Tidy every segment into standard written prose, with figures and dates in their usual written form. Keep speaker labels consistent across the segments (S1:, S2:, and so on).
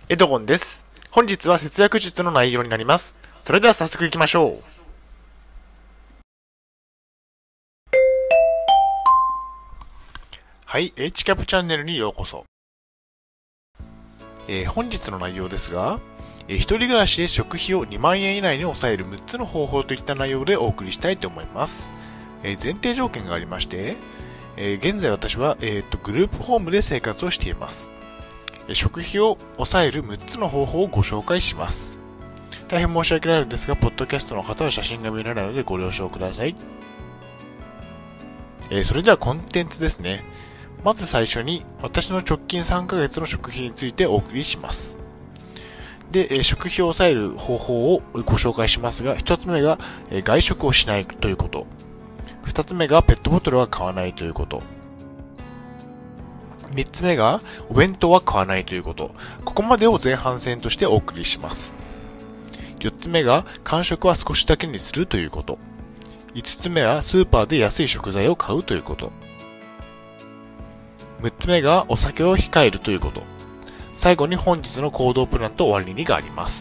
S1: エドゴンです。本日は節約術の内容になります。それでは早速行きましょう。はい、HCAP チャンネルにようこそ。本日の内容ですが、一人暮らしで食費を2万円以内に抑える6つの方法といった内容でお送りしたいと思います。前提条件がありまして、現在私は、グループホームで生活をしています。食費を抑える6つの方法をご紹介します。大変申し訳ないのですが、ポッドキャストの方は写真が見られないのでご了承ください。それではコンテンツですね。まず最初に私の直近3ヶ月の食費についてお送りします。で、食費を抑える方法をご紹介しますが、1つ目が外食をしないということ。2つ目がペットボトルは買わないということ。3つ目がお弁当は買わないということ。ここまでを前半戦としてお送りします。4つ目が間食は少しだけにするということ。5つ目はスーパーで安い食材を買うということ。6つ目がお酒を控えるということ。最後に本日の行動プランと終わりにがあります。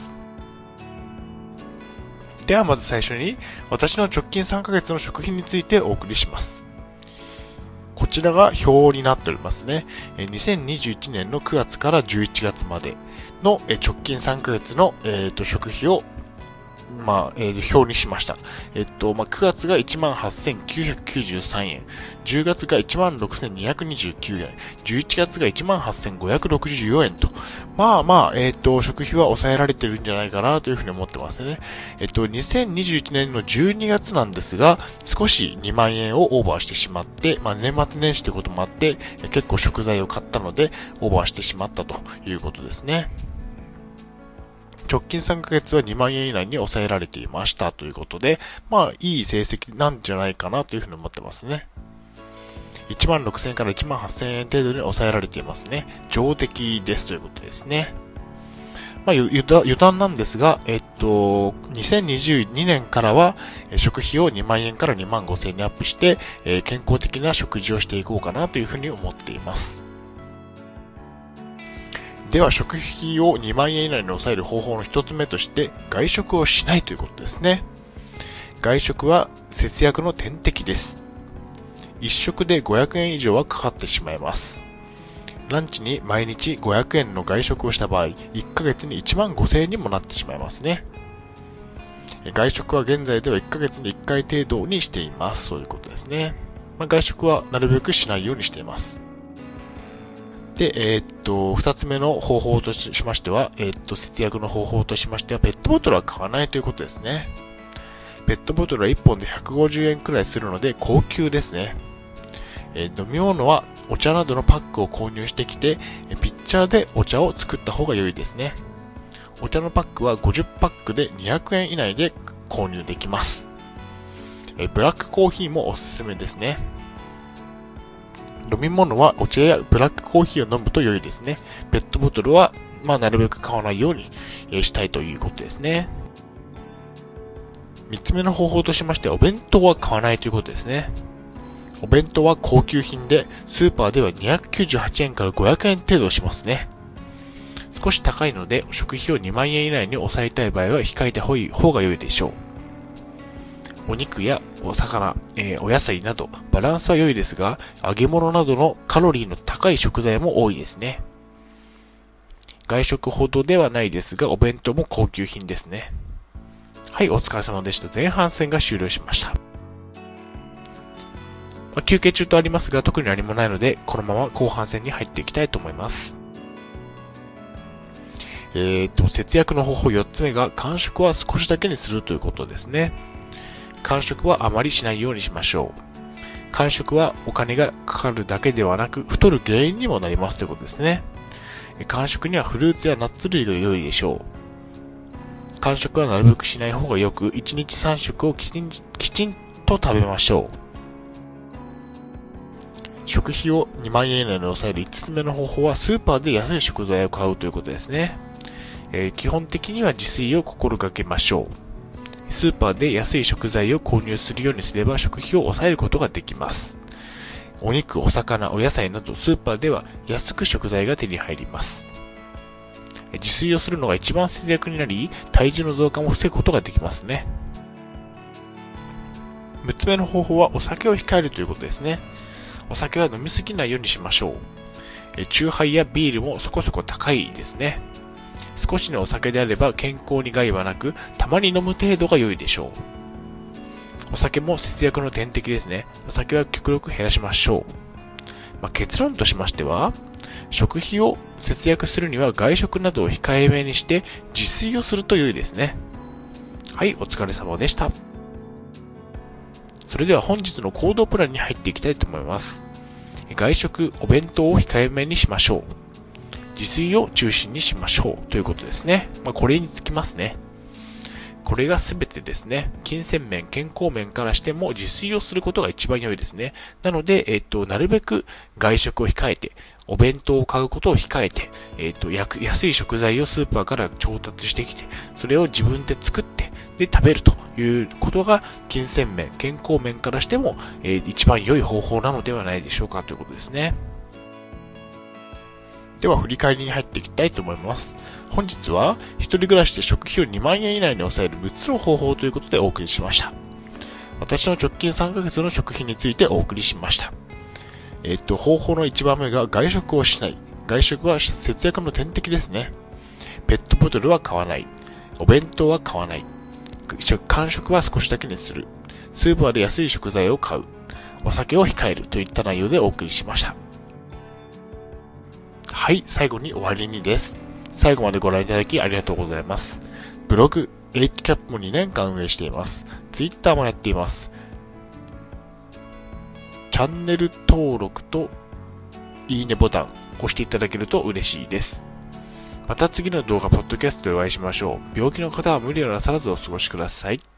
S1: ではまず最初に私の直近3ヶ月の食費についてお送りします。こちらが表になっておりますね。2021年の9月から11月までの直近3ヶ月の食費を表にしました。9月が 18,993 円、10月が 16,229 円、11月が 18,564 円と、食費は抑えられてるんじゃないかなというふうに思ってますね。2021年の12月なんですが、少し2万円をオーバーしてしまって、年末年始ということもあって、結構食材を買ったので、オーバーしてしまったということですね。直近3ヶ月は2万円以内に抑えられていましたということで、いい成績なんじゃないかなというふうに思ってますね。16,000円から 18,000 円程度に抑えられていますね。上出来ですということですね。余談なんですが、2022年からは食費を2万円から2万5,000円にアップして、健康的な食事をしていこうかなというふうに思っています。では食費を2万円以内に抑える方法の一つ目として外食をしないということですね。外食は節約の天敵です。1食で500円以上はかかってしまいます。ランチに毎日500円の外食をした場合、1ヶ月に 15,000 円にもなってしまいますね。外食は現在では1ヶ月に1回程度にしています。そういうことですね。外食はなるべくしないようにしています。で、二つ目の方法としましては、節約の方法としましては、ペットボトルは買わないということですね。ペットボトルは1本で150円くらいするので高級ですね。飲み物はお茶などのパックを購入してきて、ピッチャーでお茶を作った方が良いですね。お茶のパックは50パックで200円以内で購入できます。ブラックコーヒーもおすすめですね。飲み物はお茶やブラックコーヒーを飲むと良いですね。ペットボトルは、なるべく買わないようにしたいということですね。3つ目の方法としまして、お弁当は買わないということですね。お弁当は高級品で、スーパーでは298円から500円程度しますね。少し高いので、食費を2万円以内に抑えたい場合は控えた方が良いでしょう。お肉やお魚、お野菜などバランスは良いですが、揚げ物などのカロリーの高い食材も多いですね。外食ほどではないですが、お弁当も高級品ですね。はい、お疲れ様でした。前半戦が終了しました。休憩中とありますが、特に何もないので、このまま後半戦に入っていきたいと思います。節約の方法4つ目が、間食は少しだけにするということですね。間食はあまりしないようにしましょう。間食はお金がかかるだけではなく、太る原因にもなりますということですね。間食にはフルーツやナッツ類が良いでしょう。間食はなるべくしない方がよく、1日3食をきちんと食べましょう。食費を2万円以内に抑える5つ目の方法は、スーパーで安い食材を買うということですね。基本的には自炊を心がけましょう。スーパーで安い食材を購入するようにすれば食費を抑えることができます。お肉、お魚、お野菜などスーパーでは安く食材が手に入ります。 自炊をするのが一番節約になり、体重の増加も防ぐことができますね。6つ目の方法はお酒を控えるということですね。お酒は飲みすぎないようにしましょう。チューハイやビールもそこそこ高いですね。少しのお酒であれば健康に害はなく、たまに飲む程度が良いでしょう。お酒も節約の天敵ですね。お酒は極力減らしましょう。結論としましては、食費を節約するには外食などを控えめにして自炊をすると良いですね。はい、お疲れ様でした。それでは本日の行動プランに入っていきたいと思います。外食、お弁当を控えめにしましょう。自炊を中心にしましょうということですね。これにつきますね。これがすべてですね。金銭面、健康面からしても自炊をすることが一番良いですね。なので、なるべく外食を控えて、お弁当を買うことを控えて、安い食材をスーパーから調達してきて、それを自分で作って、で食べるということが金銭面、健康面からしても、一番良い方法なのではないでしょうかということですね。では振り返りに入っていきたいと思います。本日は一人暮らしで食費を2万円以内に抑える6つの方法ということでお送りしました。私の直近3ヶ月の食費についてお送りしました。方法の1番目が外食をしない。外食は節約の天敵ですね。ペットボトルは買わない。お弁当は買わない。間食は少しだけにする。スーパーで安い食材を買う。お酒を控えるといった内容でお送りしました。はい、最後に終わりにです。最後までご覧いただきありがとうございます。ブログ、HCAP も2年間運営しています。Twitter もやっています。チャンネル登録といいねボタンを押していただけると嬉しいです。また次の動画、ポッドキャストでお会いしましょう。病気の方は無理をなさらずお過ごしください。